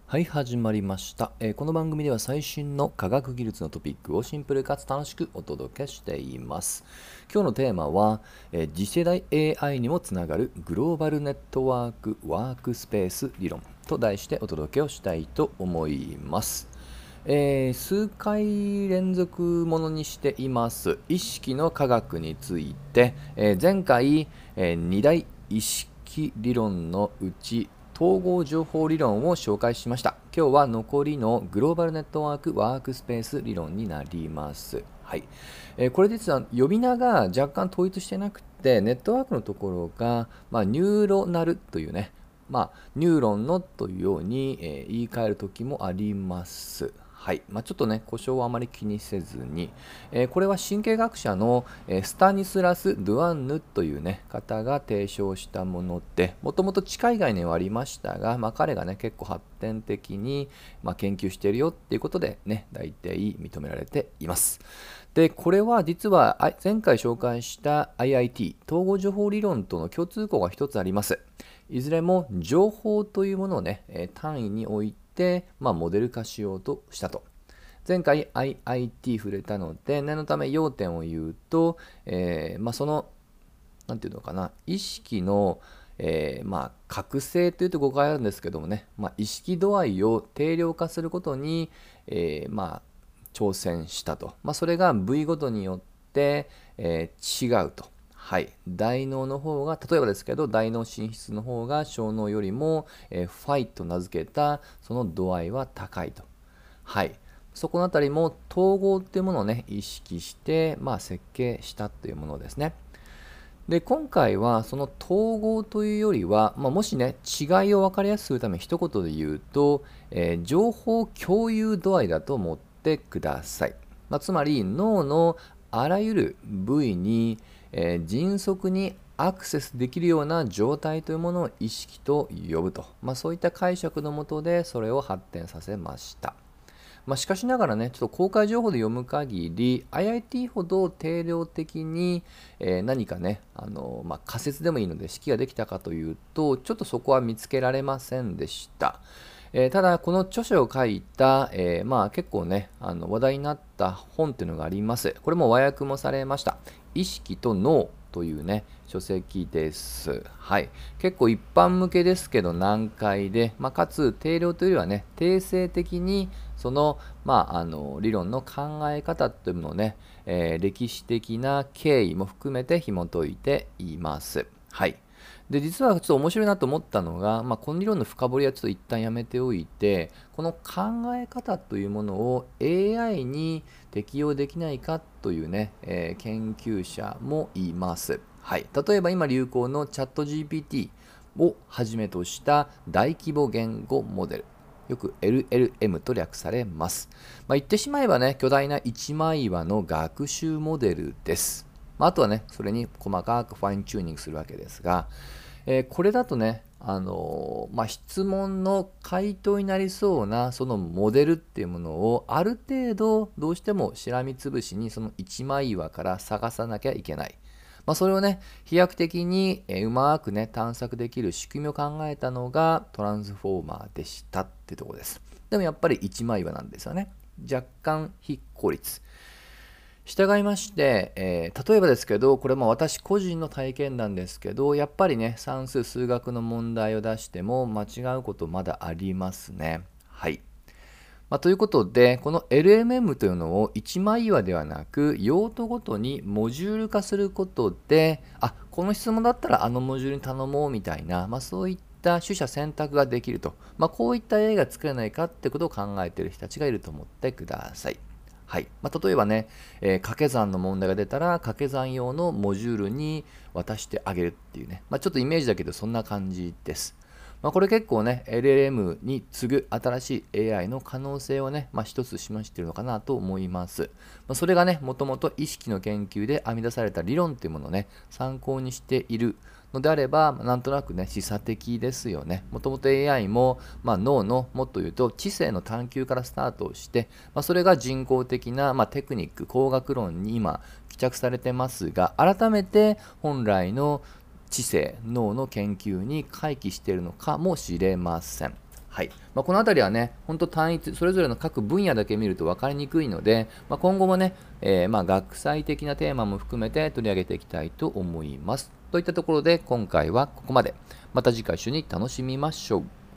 はい、始まりました。この番組では最新の科学技術のトピックをシンプルかつ楽しくお届けしています。今日のテーマは、次世代 AI にもつながるグローバルネットワークワークスペース理論と題してお届けをしたいと思います。数回連続ものにしています意識の科学について、前回、2大意識理論のうち統合情報理論を紹介しました。今日は残りのグローバルネットワークワークスペース理論になります。はい。これ実は呼び名が若干統一してなくて、ネットワークのところが、ニューロナルというね、ニューロンのというように、言い換える時もあります。はい。ちょっとね、故障はあまり気にせずに、これは神経学者の、スタニスラス・ドゥアンヌというね、方が提唱したもので、もともと近い概念はありましたが、彼がね、結構発展的に、研究しているよっていうことでね、大体認められています。で、これは実は前回紹介した IIT、統合情報理論との共通項が一つあります。いずれも情報というものをね、単位に置いて、モデル化しようとしたと。前回 IIT 触れたので、念のため要点を言うと、その、なんていうのかな、意識の、覚醒というと誤解あるんですけどもね、意識度合いを定量化することに、挑戦したと。それが部位ごとによって、違うと。はい、大脳の方が、例えばですけど、大脳進出の方が小脳よりも、ファイと名付けたその度合いは高いと。はい、そこのあたりも統合っていうものをね、意識して、設計したというものですね。で、今回はその統合というよりは、もしね、違いを分かりやすくするために一言で言うと、情報共有度合いだと思ってください。つまり脳のあらゆる部位に、迅速にアクセスできるような状態というものを意識と呼ぶと、そういった解釈のもとでそれを発展させました。しかしながらね、ちょっと公開情報で読む限り、IIT ほど定量的に、何かね、仮説でもいいので式ができたかというと、ちょっとそこは見つけられませんでした。ただ、この著書を書いた、結構ね、話題になった本っていうのがあります。これも和訳もされました。意識と脳というね、書籍です。はい。結構一般向けですけど難解で、かつ定量というよりはね、定性的にその、理論の考え方というのをね、歴史的な経緯も含めて紐解いています。はい。で、実はちょっと面白いなと思ったのが、この理論の深掘りはちょっと一旦やめておいて、この考え方というものを AI に適用できないかというね、研究者もいます。はい。例えば今流行のチャット GPT をはじめとした大規模言語モデル。よく LLM と略されます。言ってしまえばね、巨大な一枚岩の学習モデルです。あとはね、それに細かくファインチューニングするわけですが、これだとね、質問の回答になりそうなそのモデルっていうものをある程度どうしてもしらみつぶしにその一枚岩から探さなきゃいけない。それをね、飛躍的にうまくね、探索できる仕組みを考えたのがトランスフォーマーでしたっていうところです。でもやっぱり一枚岩なんですよね。若干非効率。従いまして、例えばですけど、これも私個人の体験なんですけど、やっぱりね、算数、数学の問題を出しても間違うことまだありますね。はい。ということで、この LMM というのを一枚岩ではなく、用途ごとにモジュール化することで、この質問だったらあのモジュールに頼もうみたいな、そういった取捨選択ができると。こういった AI が作れないかってことを考えている人たちがいると思ってください。はい。例えばね、掛け算の問題が出たら、掛け算用のモジュールに渡してあげるっていうね。ちょっとイメージだけど、そんな感じです。これ結構ね、LLM に次ぐ新しい AI の可能性をね、一つ示しているのかなと思います。それがね、もともと意識の研究で編み出された理論っていうものをね、参考にしているのであれば、なんとなくね、示唆的ですよね。もともと AI も、脳のもっと言うと知性の探求からスタートして、それが人工的な、テクニック、工学論に今、帰着されてますが、改めて本来の知性、脳の研究に回帰しているのかもしれません。 はい。このあたりはね、本当単一、それぞれの各分野だけ見ると分かりにくいので、今後もね、学際的なテーマも含めて取り上げていきたいと思います。といったところで、今回はここまで。また次回一緒に楽しみましょう。